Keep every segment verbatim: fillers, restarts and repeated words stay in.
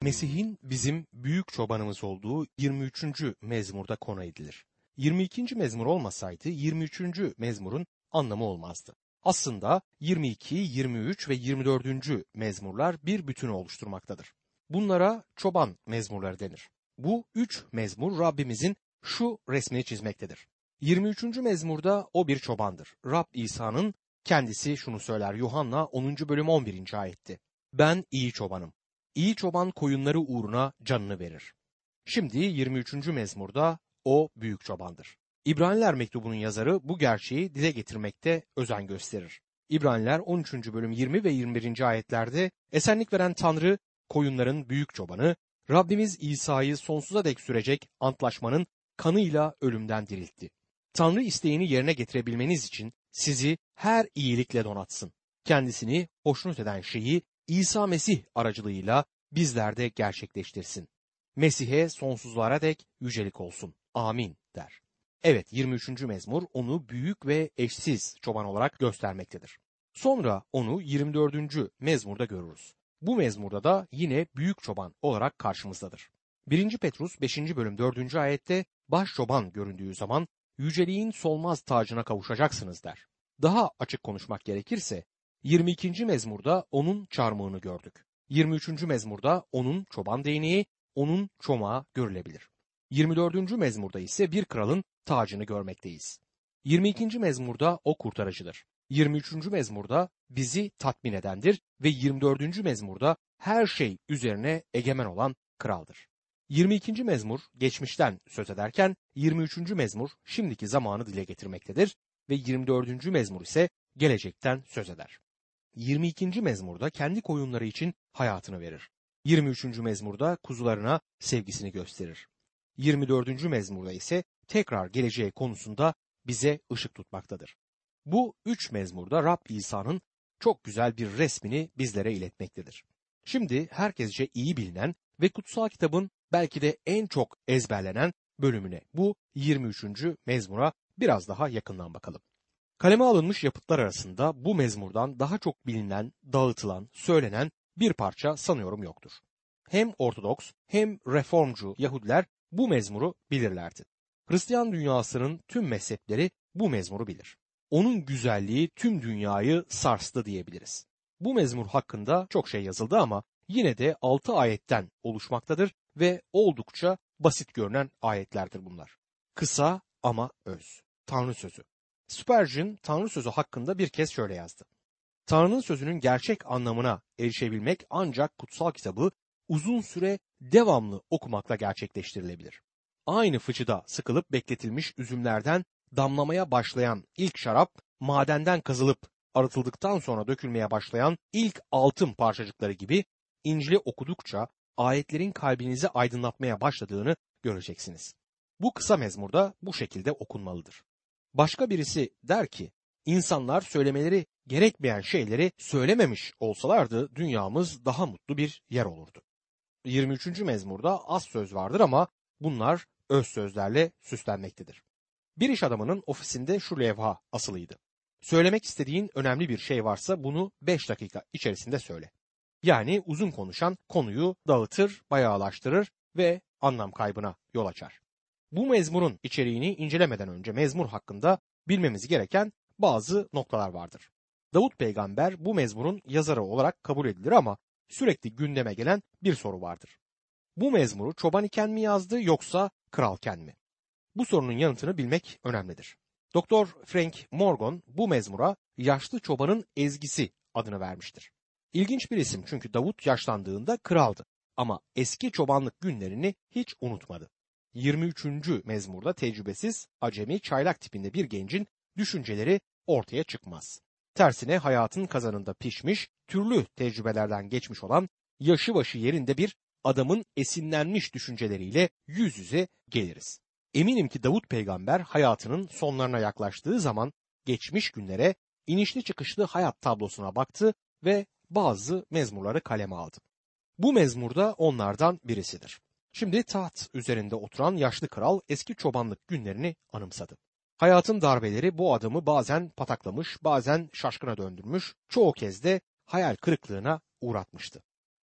Mesih'in bizim büyük çobanımız olduğu yirmi üçüncü mezmurda konu edilir. yirmi ikinci mezmur olmasaydı yirmi üçüncü mezmurun anlamı olmazdı. Aslında yirmi iki, yirmi üç ve yirmi dördüncü mezmurlar bir bütünü oluşturmaktadır. Bunlara çoban mezmurları denir. Bu üç mezmur Rabbimizin şu resmini çizmektedir. yirmi üçüncü mezmurda o bir çobandır. Rab İsa'nın kendisi şunu söyler Yuhanna onuncu bölüm on birinci ayetti. Ben iyi çobanım. İyi çoban koyunları uğruna canını verir. Şimdi yirmi üçüncü mezmurda o büyük çobandır. İbraniler mektubunun yazarı bu gerçeği dile getirmekte özen gösterir. İbraniler on üçüncü bölüm yirmi ve yirmi birinci ayetlerde esenlik veren Tanrı koyunların büyük çobanı, Rabbimiz İsa'yı sonsuza dek sürecek antlaşmanın kanıyla ölümden diriltti. Tanrı isteğini yerine getirebilmeniz için sizi her iyilikle donatsın. Kendisini hoşnut eden şeyi İsa Mesih aracılığıyla bizlerde gerçekleştirsin. Mesih'e sonsuzlara dek yücelik olsun. Amin der. Evet, yirmi üçüncü mezmur onu büyük ve eşsiz çoban olarak göstermektedir. Sonra onu yirmi dördüncü mezmurda görürüz. Bu mezmurda da yine büyük çoban olarak karşımızdadır. birinci Petrus beşinci bölüm dördüncü ayette baş çoban göründüğü zaman yüceliğin solmaz tacına kavuşacaksınız der. Daha açık konuşmak gerekirse yirmi ikinci mezmurda onun çarmıhını gördük. yirmi üçüncü mezmurda onun çoban değneği, onun çomağı görülebilir. yirmi dördüncü mezmurda ise bir kralın tacını görmekteyiz. yirmi ikinci mezmurda o kurtarıcıdır. yirmi üçüncü mezmurda bizi tatmin edendir ve yirmi dördüncü mezmurda her şey üzerine egemen olan kraldır. yirmi ikinci mezmur geçmişten söz ederken yirmi üçüncü mezmur şimdiki zamanı dile getirmektedir ve yirmi dördüncü mezmur ise gelecekten söz eder. yirmi ikinci mezmurda kendi koyunları için hayatını verir. yirmi üçüncü mezmurda kuzularına sevgisini gösterir. yirmi dördüncü mezmurda ise tekrar geleceği konusunda bize ışık tutmaktadır. Bu üç mezmurda Rab İsa'nın çok güzel bir resmini bizlere iletmektedir. Şimdi herkesce iyi bilinen ve kutsal kitabın belki de en çok ezberlenen bölümüne, bu yirmi üçüncü mezmura biraz daha yakından bakalım. Kaleme alınmış yapıtlar arasında bu mezmurdan daha çok bilinen, dağıtılan, söylenen bir parça sanıyorum yoktur. Hem Ortodoks hem Reformcu Yahudiler bu mezmuru bilirlerdi. Hristiyan dünyasının tüm mezhepleri bu mezmuru bilir. Onun güzelliği tüm dünyayı sarstı diyebiliriz. Bu mezmur hakkında çok şey yazıldı ama yine de altı ayetten oluşmaktadır ve oldukça basit görünen ayetlerdir bunlar. Kısa ama öz. Tanrı sözü. Spurgeon Tanrı sözü hakkında bir kez şöyle yazdı. Tanrı'nın sözünün gerçek anlamına erişebilmek ancak kutsal kitabı uzun süre devamlı okumakla gerçekleştirilebilir. Aynı fıçıda sıkılıp bekletilmiş üzümlerden damlamaya başlayan ilk şarap, madenden kazılıp arıtıldıktan sonra dökülmeye başlayan ilk altın parçacıkları gibi İncil'i okudukça ayetlerin kalbinizi aydınlatmaya başladığını göreceksiniz. Bu kısa mezmurda bu şekilde okunmalıdır. Başka birisi der ki, insanlar söylemeleri gerekmeyen şeyleri söylememiş olsalardı dünyamız daha mutlu bir yer olurdu. yirmi üçüncü mezmurda az söz vardır ama bunlar öz sözlerle süslenmektedir. Bir iş adamının ofisinde şu levha asılıydı. Söylemek istediğin önemli bir şey varsa bunu beş dakika içerisinde söyle. Yani uzun konuşan konuyu dağıtır, bayağılaştırır ve anlam kaybına yol açar. Bu mezmurun içeriğini incelemeden önce mezmur hakkında bilmemiz gereken bazı noktalar vardır. Davut peygamber bu mezmurun yazarı olarak kabul edilir ama sürekli gündeme gelen bir soru vardır. Bu mezmuru çoban iken mi yazdı yoksa kralken mi? Bu sorunun yanıtını bilmek önemlidir. Doktor Frank Morgan bu mezmura yaşlı çobanın ezgisi adını vermiştir. İlginç bir isim çünkü Davut yaşlandığında kraldı ama eski çobanlık günlerini hiç unutmadı. yirmi üçüncü mezmurda tecrübesiz, acemi, çaylak tipinde bir gencin düşünceleri ortaya çıkmaz. Tersine hayatın kazanında pişmiş, türlü tecrübelerden geçmiş olan yaşı başı yerinde bir adamın esinlenmiş düşünceleriyle yüz yüze geliriz. Eminim ki Davut peygamber hayatının sonlarına yaklaştığı zaman geçmiş günlere, inişli çıkışlı hayat tablosuna baktı ve bazı mezmurları kaleme aldı. Bu mezmurda onlardan birisidir. Şimdi taht üzerinde oturan yaşlı kral eski çobanlık günlerini anımsadı. Hayatın darbeleri bu adamı bazen pataklamış, bazen şaşkına döndürmüş, çoğu kez de hayal kırıklığına uğratmıştı.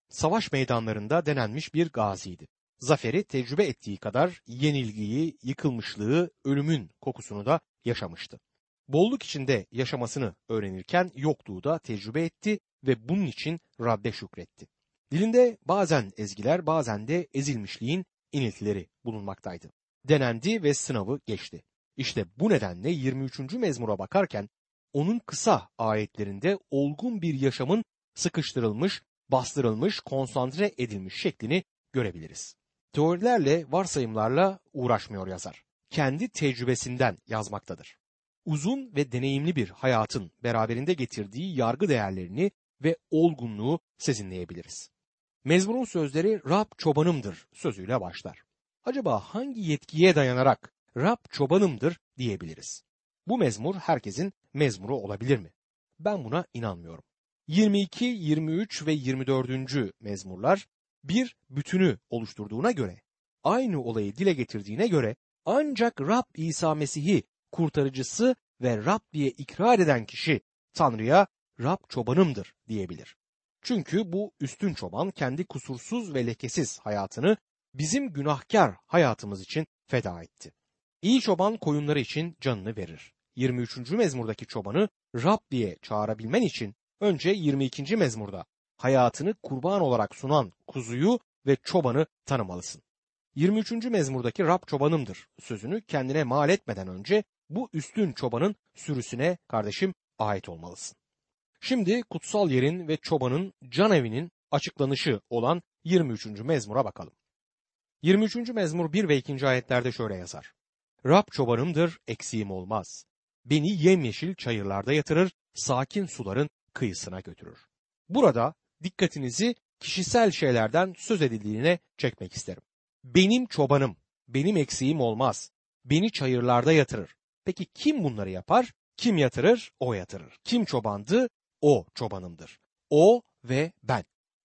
savaş meydanlarında denenmiş bir gaziydi. Zaferi tecrübe ettiği kadar yenilgiyi, yıkılmışlığı, ölümün kokusunu da yaşamıştı. Bolluk içinde yaşamasını öğrenirken yokluğu da tecrübe etti ve bunun için Rab'be şükretti. Dilinde bazen ezgiler, bazen de ezilmişliğin iniltileri bulunmaktaydı. Denendi ve sınavı geçti. İşte bu nedenle yirmi üçüncü mezmura bakarken onun kısa ayetlerinde olgun bir yaşamın sıkıştırılmış, bastırılmış, konsantre edilmiş şeklini görebiliriz. Teorilerle, varsayımlarla uğraşmıyor yazar. Kendi tecrübesinden yazmaktadır. Uzun ve deneyimli bir hayatın beraberinde getirdiği yargı değerlerini ve olgunluğu sezinleyebiliriz. Mezmurun sözleri Rab çobanımdır sözüyle başlar. Acaba hangi yetkiye dayanarak Rab çobanımdır diyebiliriz? Bu mezmur herkesin mezmuru olabilir mi? Ben buna inanmıyorum. yirmi iki, yirmi üç ve yirmi dördüncü mezmurlar bir bütünü oluşturduğuna göre, aynı olayı dile getirdiğine göre ancak Rab İsa Mesih'i kurtarıcısı ve Rab diye ikrar eden kişi Tanrı'ya Rab çobanımdır diyebilir. Çünkü bu üstün çoban kendi kusursuz ve lekesiz hayatını bizim günahkar hayatımız için feda etti. İyi çoban koyunları için canını verir. yirmi üçüncü mezmurdaki çobanı Rab diye çağırabilmen için önce yirmi ikinci mezmurda hayatını kurban olarak sunan kuzuyu ve çobanı tanımalısın. yirmi üçüncü mezmurdaki Rab çobanımdır sözünü kendine mal etmeden önce bu üstün çobanın sürüsüne kardeşim ait olmalısın. Şimdi kutsal yerin ve çobanın can evinin açıklanışı olan yirmi üçüncü mezmura bakalım. yirmi üçüncü mezmur bir ve ikinci ayetlerde şöyle yazar. Rab çobanımdır, eksiğim olmaz. Beni yemyeşil çayırlarda yatırır, sakin suların kıyısına götürür. Burada dikkatinizi kişisel şeylerden söz edildiğine çekmek isterim. Benim çobanım, benim eksiğim olmaz. Beni çayırlarda yatırır. Peki kim bunları yapar? Kim yatırır? O yatırır. Kim çobandı? O çobanımdır. O ve ben.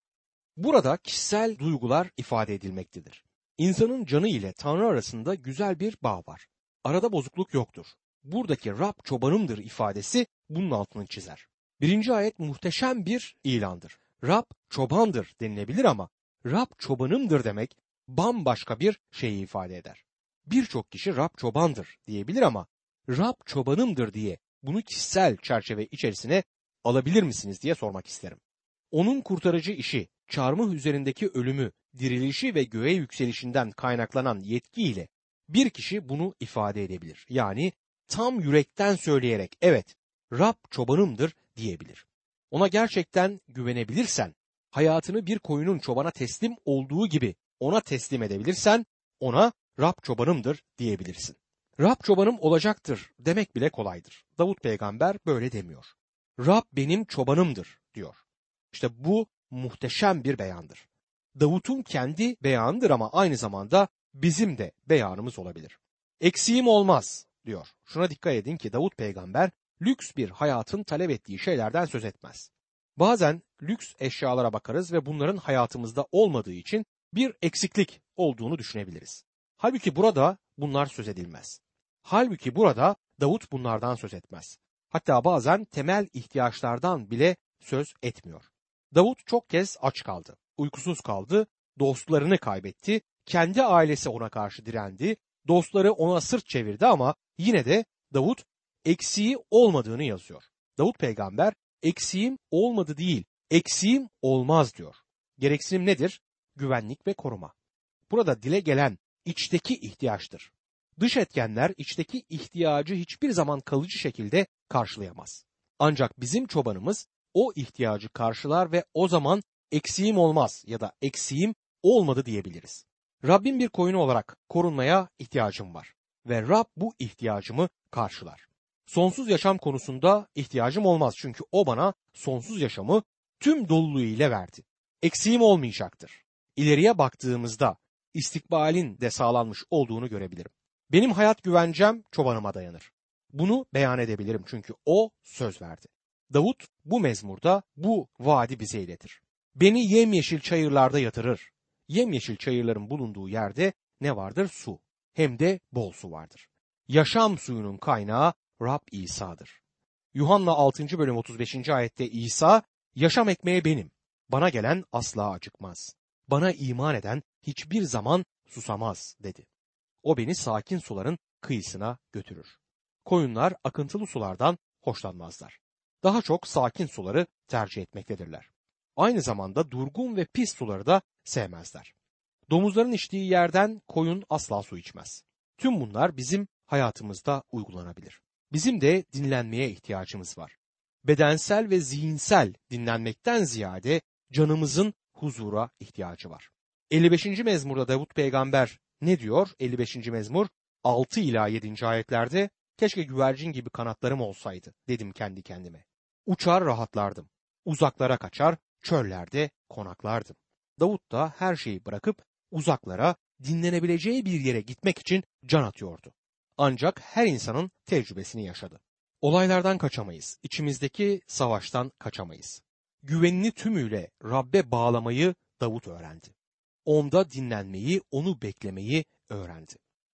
Burada kişisel duygular ifade edilmektedir. İnsanın canı ile Tanrı arasında güzel bir bağ var. Arada bozukluk yoktur. Buradaki Rab çobanımdır ifadesi bunun altını çizer. Birinci ayet muhteşem bir ilandır. Rab çobandır denilebilir ama Rab çobanımdır demek bambaşka bir şeyi ifade eder. Birçok kişi Rab çobandır diyebilir ama Rab çobanımdır diye bunu kişisel çerçeve içerisine alabilir misiniz diye sormak isterim. Onun kurtarıcı işi, çarmıh üzerindeki ölümü, dirilişi ve göğe yükselişinden kaynaklanan yetkiyle bir kişi bunu ifade edebilir. Yani tam yürekten söyleyerek evet Rab çobanımdır diyebilir. Ona gerçekten güvenebilirsen, hayatını bir koyunun çobana teslim olduğu gibi ona teslim edebilirsen ona Rab çobanımdır diyebilirsin. Rab çobanım olacaktır demek bile kolaydır. Davut peygamber böyle demiyor. Rab benim çobanımdır diyor. İşte bu muhteşem bir beyandır. Davut'un kendi beyanıdır ama aynı zamanda bizim de beyanımız olabilir. Eksiğim olmaz diyor. Şuna dikkat edin ki Davut peygamber lüks bir hayatın talep ettiği şeylerden söz etmez. Bazen lüks eşyalara bakarız ve bunların hayatımızda olmadığı için bir eksiklik olduğunu düşünebiliriz. Halbuki burada bunlar söz edilmez. Halbuki burada Davut bunlardan söz etmez. Hatta bazen temel ihtiyaçlardan bile söz etmiyor. Davut çok kez aç kaldı, uykusuz kaldı, dostlarını kaybetti, kendi ailesi ona karşı direndi, dostları ona sırt çevirdi ama yine de Davut eksiği olmadığını yazıyor. Davut peygamber eksiğim olmadı değil, eksiğim olmaz diyor. Gereksinim nedir? Güvenlik ve koruma. Burada dile gelen içteki ihtiyaçtır. Dış etkenler içteki ihtiyacı hiçbir zaman kalıcı şekilde karşılayamaz. Ancak bizim çobanımız o ihtiyacı karşılar ve o zaman eksiğim olmaz ya da eksiğim olmadı diyebiliriz. Rabbin bir koyunu olarak korunmaya ihtiyacım var ve Rab bu ihtiyacımı karşılar. Sonsuz yaşam konusunda ihtiyacım olmaz çünkü o bana sonsuz yaşamı tüm doluluğuyla verdi. Eksiğim olmayacaktır. İleriye baktığımızda istikbalin de sağlanmış olduğunu görebilirim. Benim hayat güvencem çobanıma dayanır. Bunu beyan edebilirim çünkü o söz verdi. Davut bu mezmurda bu vaadi bize iletir. Beni yemyeşil çayırlarda yatırır. Yemyeşil çayırların bulunduğu yerde ne vardır? Su. Hem de bol su vardır. Yaşam suyunun kaynağı Rab İsa'dır. Yuhanna altıncı bölüm otuz beşinci ayette İsa, yaşam ekmeği benim. Bana gelen asla acıkmaz. Bana iman eden hiçbir zaman susamaz dedi. O beni sakin suların kıyısına götürür. Koyunlar akıntılı sulardan hoşlanmazlar. Daha çok sakin suları tercih etmektedirler. Aynı zamanda durgun ve pis suları da sevmezler. Domuzların içtiği yerden koyun asla su içmez. Tüm bunlar bizim hayatımızda uygulanabilir. Bizim de dinlenmeye ihtiyacımız var. Bedensel ve zihinsel dinlenmekten ziyade canımızın huzura ihtiyacı var. elli beşinci mezmurda Davut peygamber ne diyor? elli beşinci mezmur altı ila yedinci ayetlerde keşke güvercin gibi kanatlarım olsaydı dedim kendi kendime. Uçar rahatlardım. Uzaklara kaçar, çöllerde konaklardım. Davut da her şeyi bırakıp uzaklara, dinlenebileceği bir yere gitmek için can atıyordu. Ancak her insanın tecrübesini yaşadı. Olaylardan kaçamayız. İçimizdeki savaştan kaçamayız. Güvenini tümüyle Rabbe bağlamayı Davut öğrendi. Onda dinlenmeyi, onu beklemeyi öğrendi.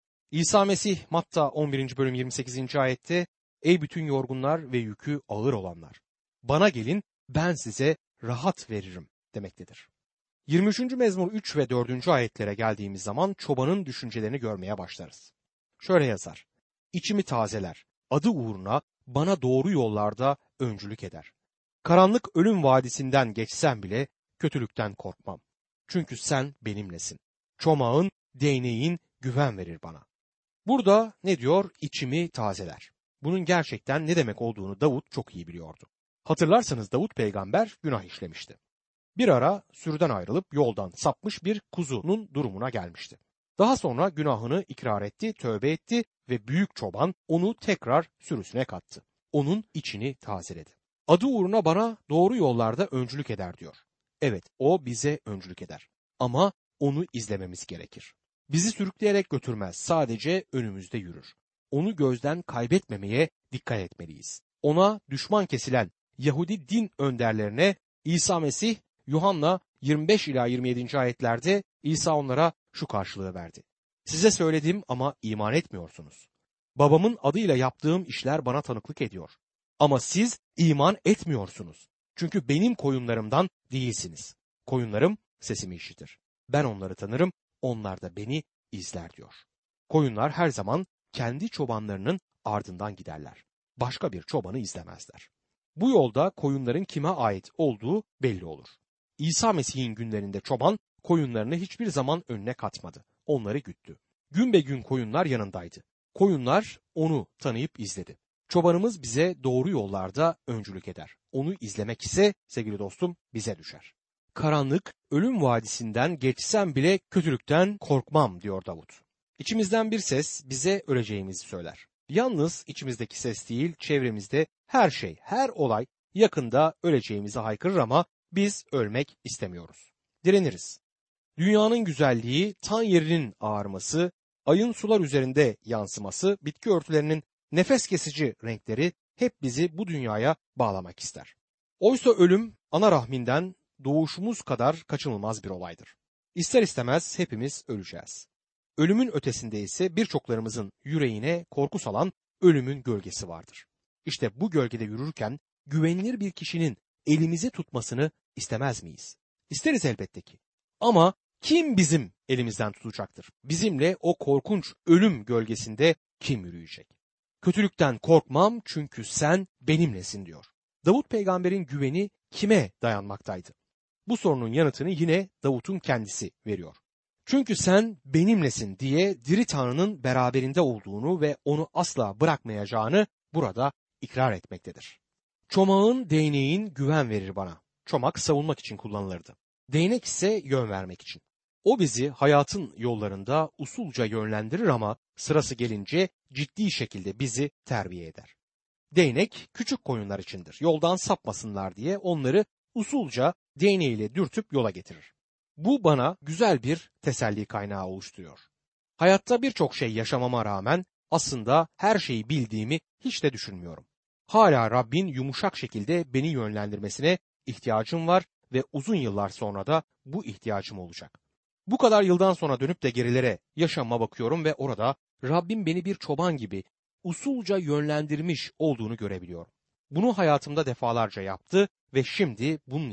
İsa Mesih Matta on birinci bölüm yirmi sekizinci ayette ey bütün yorgunlar ve yükü ağır olanlar bana gelin ben size rahat veririm demektedir. yirmi üçüncü mezmur üç ve dördüncü ayetlere geldiğimiz zaman çobanın düşüncelerini görmeye başlarız. Şöyle yazar. İçimi tazeler, adı uğruna bana doğru yollarda öncülük eder. Karanlık ölüm vadisinden geçsem bile kötülükten korkmam. Çünkü sen benimlesin. Çomağın, değneğin güven verir bana. Burada ne diyor? İçimi tazeler. Bunun gerçekten ne demek olduğunu Davut çok iyi biliyordu. Hatırlarsanız Davut peygamber günah işlemişti. Bir ara sürüden ayrılıp yoldan sapmış bir kuzunun durumuna gelmişti. Daha sonra günahını ikrar etti, tövbe etti ve büyük çoban onu tekrar sürüsüne kattı. Onun içini tazeledi. Adı uğruna bana doğru yollarda öncülük eder diyor. Evet, o bize öncülük eder. Ama onu izlememiz gerekir. Bizi sürükleyerek götürmez, sadece önümüzde yürür. Onu gözden kaybetmemeye dikkat etmeliyiz. Ona düşman kesilen Yahudi din önderlerine İsa Mesih, Yuhanna yirmi beş ila yirmi yedinci ayetlerde İsa onlara şu karşılığı verdi. Size söyledim ama iman etmiyorsunuz. Babamın adıyla yaptığım işler bana tanıklık ediyor. Ama siz iman etmiyorsunuz. Çünkü benim koyunlarımdan değilsiniz. Koyunlarım sesimi işitir. Ben onları tanırım, onlar da beni izler diyor. Koyunlar her zaman kendi çobanlarının ardından giderler. Başka bir çobanı izlemezler. Bu yolda koyunların kime ait olduğu belli olur. İsa Mesih'in günlerinde çoban koyunlarını hiçbir zaman önüne katmadı. Onları güttü. Gün be gün koyunlar yanındaydı. Koyunlar onu tanıyıp izledi. Çobanımız bize doğru yollarda öncülük eder. Onu izlemek ise sevgili dostum bize düşer. Karanlık, ölüm vadisinden geçsem bile kötülükten korkmam diyor Davut. İçimizden bir ses bize öleceğimizi söyler. Yalnız içimizdeki ses değil, çevremizde her şey, her olay yakında öleceğimizi haykırır ama biz ölmek istemiyoruz. Direniriz. Dünyanın güzelliği, tan yerinin ağarması, ayın sular üzerinde yansıması, bitki örtülerinin nefes kesici renkleri hep bizi bu dünyaya bağlamak ister. Oysa ölüm ana rahminden doğuşumuz kadar kaçınılmaz bir olaydır. İster istemez hepimiz öleceğiz. Ölümün ötesinde ise birçoklarımızın yüreğine korku salan ölümün gölgesi vardır. İşte bu gölgede yürürken güvenilir bir kişinin elimizi tutmasını istemez miyiz? İsteriz elbette ki. Ama kim bizim elimizden tutacaktır? Bizimle o korkunç ölüm gölgesinde kim yürüyecek? Kötülükten korkmam çünkü sen benimlesin diyor. Davut peygamberin güveni kime dayanmaktaydı? Bu sorunun yanıtını yine Davut'un kendisi veriyor. Çünkü sen benimlesin diye diri Tanrı'nın beraberinde olduğunu ve onu asla bırakmayacağını burada ikrar etmektedir. Çomağın, değneğin güven verir bana. Çomak savunmak için kullanılırdı. Değnek ise yön vermek için. O bizi hayatın yollarında usulca yönlendirir ama sırası gelince ciddi şekilde bizi terbiye eder. Değnek küçük koyunlar içindir. Yoldan sapmasınlar diye onları usulca değneğiyle dürtüp yola getirir. Bu bana güzel bir teselli kaynağı oluşturuyor. Hayatta birçok şey yaşamama rağmen aslında her şeyi bildiğimi hiç de düşünmüyorum. Hala Rabbin yumuşak şekilde beni yönlendirmesine ihtiyacım var ve uzun yıllar sonra da bu ihtiyacım olacak. Bu kadar yıldan sonra dönüp de gerilere yaşamama bakıyorum ve orada Rabbim beni bir çoban gibi usulca yönlendirmiş olduğunu görebiliyorum. Bunu hayatımda defalarca yaptı ve şimdi bunun için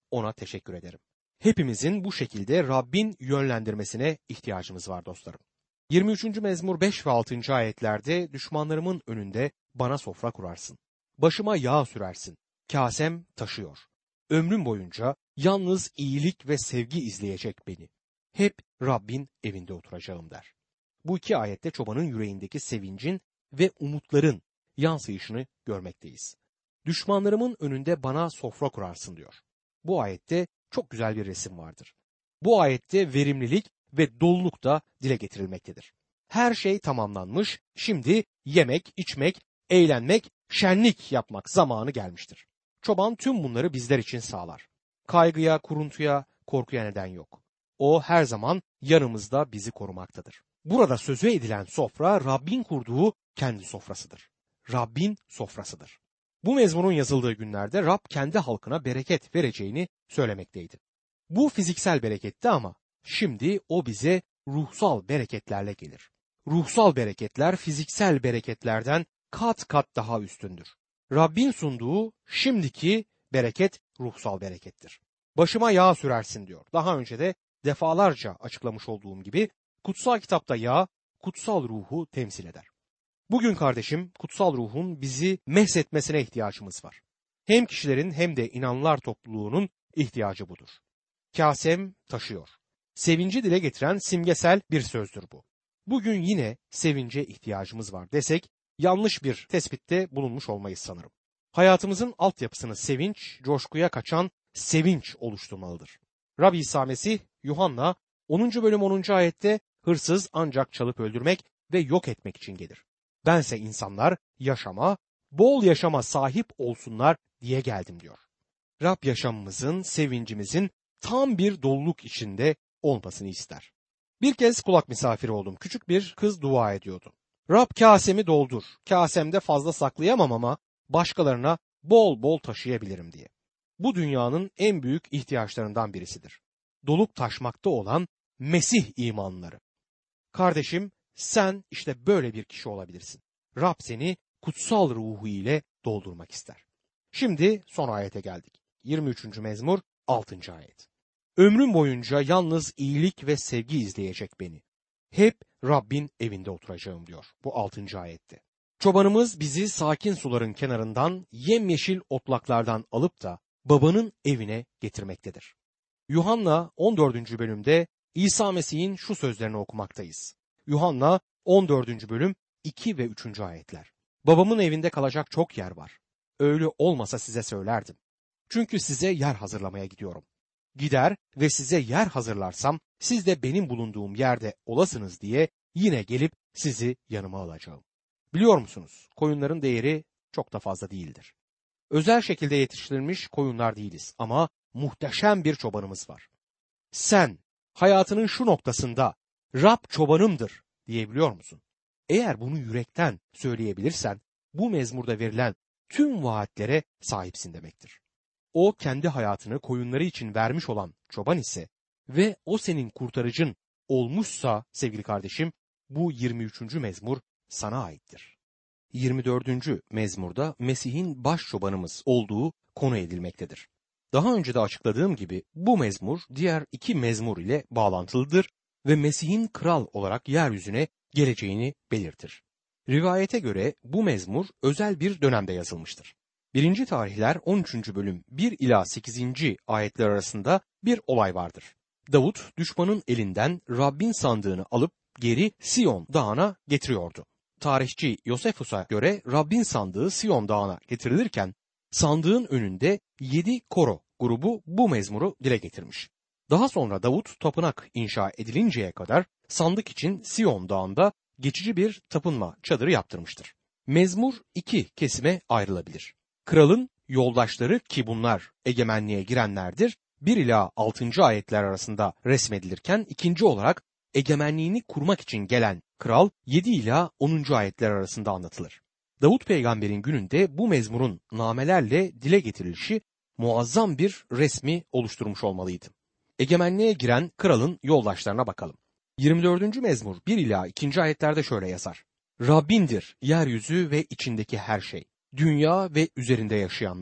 ona teşekkür ederim. Hepimizin bu şekilde Rabbin yönlendirmesine ihtiyacımız var dostlarım. yirmi üçüncü mezmur beş ve altıncı ayetlerde düşmanlarımın önünde bana sofra kurarsın. Başıma yağ sürersin. Kasem taşıyor. Ömrüm boyunca yalnız iyilik ve sevgi izleyecek beni. Hep Rabbin evinde oturacağım der. Bu iki ayette çobanın yüreğindeki sevincin ve umutların yansıyışını görmekteyiz. Düşmanlarımın önünde bana sofra kurarsın diyor. Bu ayette çok güzel bir resim vardır. Bu ayette verimlilik ve doluluk da dile getirilmektedir. Her şey tamamlanmış, şimdi yemek, içmek, eğlenmek, şenlik yapmak zamanı gelmiştir. Çoban tüm bunları bizler için sağlar. Kaygıya, kuruntuya, korkuya neden yok. O her zaman yanımızda bizi korumaktadır. Burada sözü edilen sofra Rabbin kurduğu kendi sofrasıdır. Rabbin sofrasıdır. Bu mezmunun yazıldığı günlerde Rab kendi halkına bereket vereceğini söylemekteydi. Bu fiziksel bereketti ama şimdi o bize ruhsal bereketlerle gelir. Ruhsal bereketler fiziksel bereketlerden kat kat daha üstündür. Rabbin sunduğu şimdiki bereket ruhsal berekettir. Başıma yağ sürersin diyor. Daha önce de defalarca açıklamış olduğum gibi kutsal kitapta yağ kutsal ruhu temsil eder. Bugün kardeşim kutsal ruhun bizi mehsetmesine ihtiyacımız var. Hem kişilerin hem de inanlılar topluluğunun ihtiyacı budur. Kasem taşıyor. Sevinci dile getiren simgesel bir sözdür bu. Bugün yine sevince ihtiyacımız var desek yanlış bir tespitte bulunmuş olmayız sanırım. Hayatımızın altyapısını sevinç, coşkuya kaçan sevinç oluşturmalıdır. Rabbi İsa Mesih, Yuhanna onuncu bölüm onuncu ayette hırsız ancak çalıp öldürmek ve yok etmek için gelir. Bense insanlar yaşama, bol yaşama sahip olsunlar diye geldim diyor. Rab yaşamımızın, sevincimizin tam bir doluluk içinde olmasını ister. Bir kez kulak misafiri oldum. Küçük bir kız dua ediyordu. Rab kasemi doldur. Kasemde fazla saklayamam ama başkalarına bol bol taşıyabilirim diye. Bu dünyanın en büyük ihtiyaçlarından birisidir. Dolup taşmakta olan Mesih imanları. Kardeşim sen işte böyle bir kişi olabilirsin. Rab seni kutsal ruhu ile doldurmak ister. Şimdi son ayete geldik. yirmi üçüncü mezmur altıncı ayet. Ömrüm boyunca yalnız iyilik ve sevgi izleyecek beni. Hep Rabbin evinde oturacağım diyor bu altıncı ayette. Çobanımız bizi sakin suların kenarından yemyeşil otlaklardan alıp da babanın evine getirmektedir. Yuhanna on dördüncü bölümde İsa Mesih'in şu sözlerini okumaktayız. Yuhanna on dördüncü bölüm iki ve üçüncü ayetler. Babamın evinde kalacak çok yer var. Öyle olmasa size söylerdim. Çünkü size yer hazırlamaya gidiyorum. Gider ve size yer hazırlarsam siz de benim bulunduğum yerde olasınız diye yine gelip sizi yanıma alacağım. Biliyor musunuz? Koyunların değeri çok da fazla değildir. Özel şekilde yetiştirilmiş koyunlar değiliz ama muhteşem bir çobanımız var. Sen hayatının şu noktasında Rab çobanımdır diyebiliyor musun? Eğer bunu yürekten söyleyebilirsen bu mezmurda verilen tüm vaatlere sahipsin demektir. O kendi hayatını koyunları için vermiş olan çoban ise ve o senin kurtarıcın olmuşsa sevgili kardeşim bu yirmi üçüncü mezmur sana aittir. yirmi dördüncü mezmurda Mesih'in baş çobanımız olduğu konu edilmektedir. Daha önce de açıkladığım gibi bu mezmur diğer iki mezmur ile bağlantılıdır ve Mesih'in kral olarak yeryüzüne geleceğini belirtir. Rivayete göre bu mezmur özel bir dönemde yazılmıştır. birinci Tarihler on üçüncü bölüm bir ila sekizinci ayetler arasında bir olay vardır. Davut düşmanın elinden Rabbin sandığını alıp geri Siyon dağına getiriyordu. Tarihçi Yosefus'a göre Rabbin sandığı Siyon dağına getirilirken sandığın önünde yedi koro grubu bu mezmuru dile getirmiş. Daha sonra Davut tapınak inşa edilinceye kadar sandık için Siyon dağında geçici bir tapınma çadırı yaptırmıştır. Mezmur iki kesime ayrılabilir. Kralın yoldaşları ki bunlar egemenliğe girenlerdir bir ila altıncı ayetler arasında resmedilirken ikinci olarak egemenliğini kurmak için gelen kral yedi ila onuncu ayetler arasında anlatılır. Davut peygamberin gününde bu mezmurun namelerle dile getirilişi muazzam bir resmi oluşturmuş olmalıydı. Egemenliğe giren kralın yoldaşlarına bakalım. yirmi dördüncü mezmur bir ila ikinci ayetlerde şöyle yazar. Rabbindir yeryüzü ve içindeki her şey, dünya ve üzerinde yaşayanlar.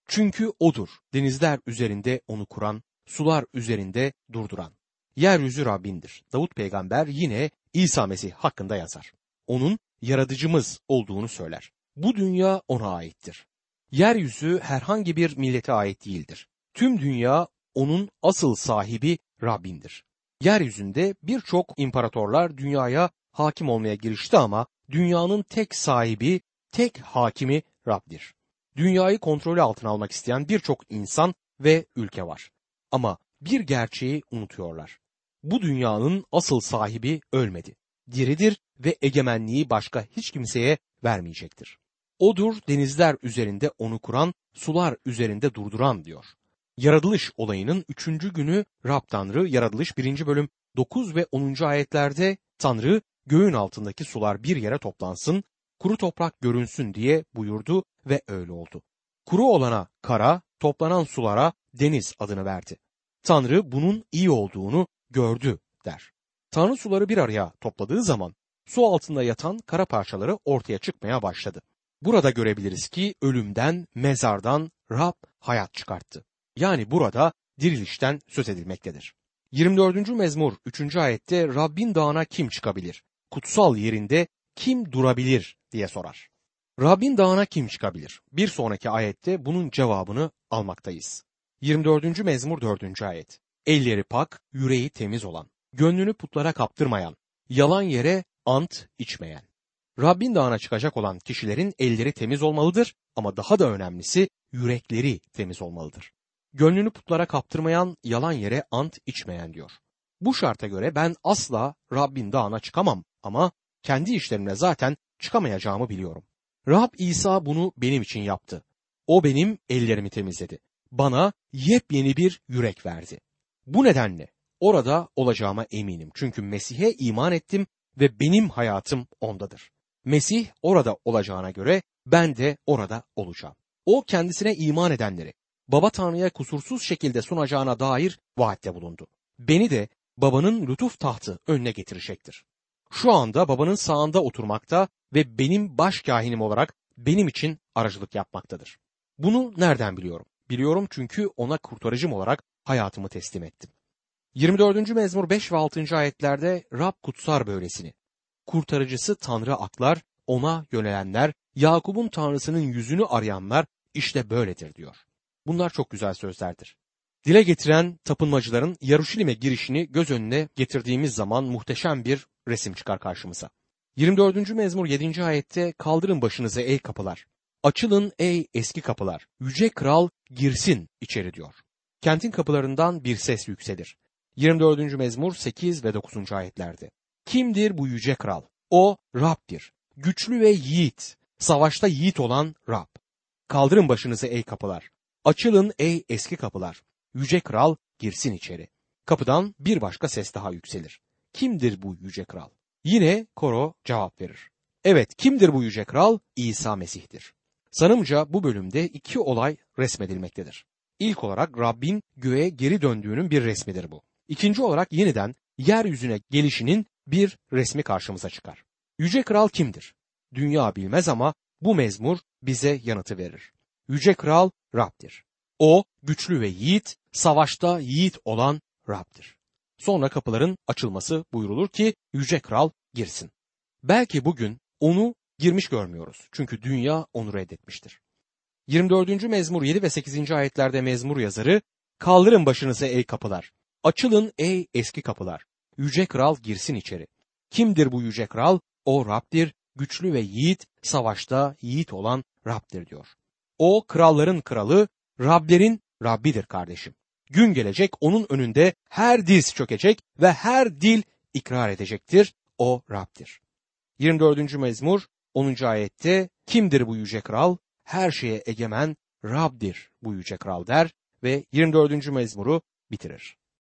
Çünkü O'dur, denizler üzerinde onu kuran, sular üzerinde durduran. Yeryüzü Rabbindir. Davut peygamber yine İsa Mesih hakkında yazar. Onun yaratıcımız olduğunu söyler. Bu dünya ona aittir. Yeryüzü herhangi bir millete ait değildir. Tüm dünya onun asıl sahibi Rabbindir. Yeryüzünde birçok imparatorlar dünyaya hakim olmaya girişti ama dünyanın tek sahibi, tek hakimi Rab'dir. Dünyayı kontrolü altına almak isteyen birçok insan ve ülke var. Ama bir gerçeği unutuyorlar. Bu dünyanın asıl sahibi ölmedi. Diridir ve egemenliği başka hiç kimseye vermeyecektir. O'dur denizler üzerinde onu kuran, sular üzerinde durduran diyor. Yaratılış olayının üçüncü günü Rab Tanrı, Yaratılış birinci bölüm dokuz ve onuncu ayetlerde Tanrı göğün altındaki sular bir yere toplansın, kuru toprak görünsün diye buyurdu ve öyle oldu. Kuru olana kara, toplanan sulara deniz adını verdi. Tanrı bunun iyi olduğunu gördü der. Tanrı suları bir araya topladığı zaman su altında yatan kara parçaları ortaya çıkmaya başladı. Burada görebiliriz ki ölümden, mezardan Rab hayat çıkarttı. Yani burada dirilişten söz edilmektedir. yirmi dördüncü mezmur üçüncü ayette Rabbin dağına kim çıkabilir? Kutsal yerinde kim durabilir diye sorar. Rabbin dağına kim çıkabilir? Bir sonraki ayette bunun cevabını almaktayız. yirmi dördüncü mezmur dördüncü ayet. Elleri pak, yüreği temiz olan, gönlünü putlara kaptırmayan, yalan yere ant içmeyen. Rabbin dağına çıkacak olan kişilerin elleri temiz olmalıdır ama daha da önemlisi yürekleri temiz olmalıdır. Gönlünü putlara kaptırmayan, yalan yere ant içmeyen diyor. Bu şarta göre ben asla Rabbin dağına çıkamam ama kendi işlerimle zaten çıkamayacağımı biliyorum. Rab İsa bunu benim için yaptı. O benim ellerimi temizledi. Bana yepyeni bir yürek verdi. Bu nedenle orada olacağıma eminim. Çünkü Mesih'e iman ettim ve benim hayatım ondadır. Mesih orada olacağına göre ben de orada olacağım. O kendisine iman edenleri Baba Tanrı'ya kusursuz şekilde sunacağına dair vaatte bulundu. Beni de babanın lütuf tahtı önüne getirecektir. Şu anda babanın sağında oturmakta ve benim baş kahinim olarak benim için aracılık yapmaktadır. Bunu nereden biliyorum? Biliyorum çünkü ona kurtarıcım olarak hayatımı teslim ettim. yirmi dördüncü mezmur beş ve altıncı ayetlerde Rab kutsar böylesini. Kurtarıcısı Tanrı atlar, ona yönelenler, Yakup'un Tanrısının yüzünü arayanlar işte böyledir diyor. Bunlar çok güzel sözlerdir. Dile getiren tapınmacıların Yaruşilim'e girişini göz önüne getirdiğimiz zaman muhteşem bir resim çıkar karşımıza. yirmi dördüncü mezmur yedinci ayette kaldırın başınızı ey kapılar, açılın ey eski kapılar, yüce kral girsin içeri diyor. Kentin kapılarından bir ses yükselir. yirmi dördüncü mezmur sekiz ve dokuzuncu ayetlerde. Kimdir bu yüce kral? O Rab'dir. Güçlü ve yiğit, savaşta yiğit olan Rab. Kaldırın başınızı ey kapılar. Açılın ey eski kapılar. Yüce kral girsin içeri. Kapıdan bir başka ses daha yükselir. Kimdir bu yüce kral? Yine koro cevap verir. Evet, kimdir bu yüce kral? İsa Mesih'tir. Sanımca bu bölümde iki olay resmedilmektedir. İlk olarak Rabbin göğe geri döndüğünün bir resmidir bu. İkinci olarak yeniden yeryüzüne gelişinin bir resmi karşımıza çıkar. Yüce kral kimdir? Dünya bilmez ama bu mezmur bize yanıtı verir. Yüce kral Rab'dir. O güçlü ve yiğit, savaşta yiğit olan Rab'dir. Sonra kapıların açılması buyurulur ki yüce kral girsin. Belki bugün onu girmiş görmüyoruz. Çünkü dünya onu reddetmiştir. yirmi dördüncü mezmur yedi ve sekizinci ayetlerde mezmur yazarı, kaldırın başınızı ey kapılar, açılın ey eski kapılar, yüce kral girsin içeri. Kimdir bu yüce kral? O Rab'dir, güçlü ve yiğit, savaşta yiğit olan Rab'dir diyor. O kralların kralı, Rablerin Rabbidir kardeşim. Gün gelecek onun önünde her diz çökecek ve her dil ikrar edecektir. O Rab'dir. yirmi dördüncü mezmur onuncu ayette kimdir bu yüce kral? Her şeye egemen Rab'dir bu yüce kral der ve yirmi dördüncü mezmuru bitirir.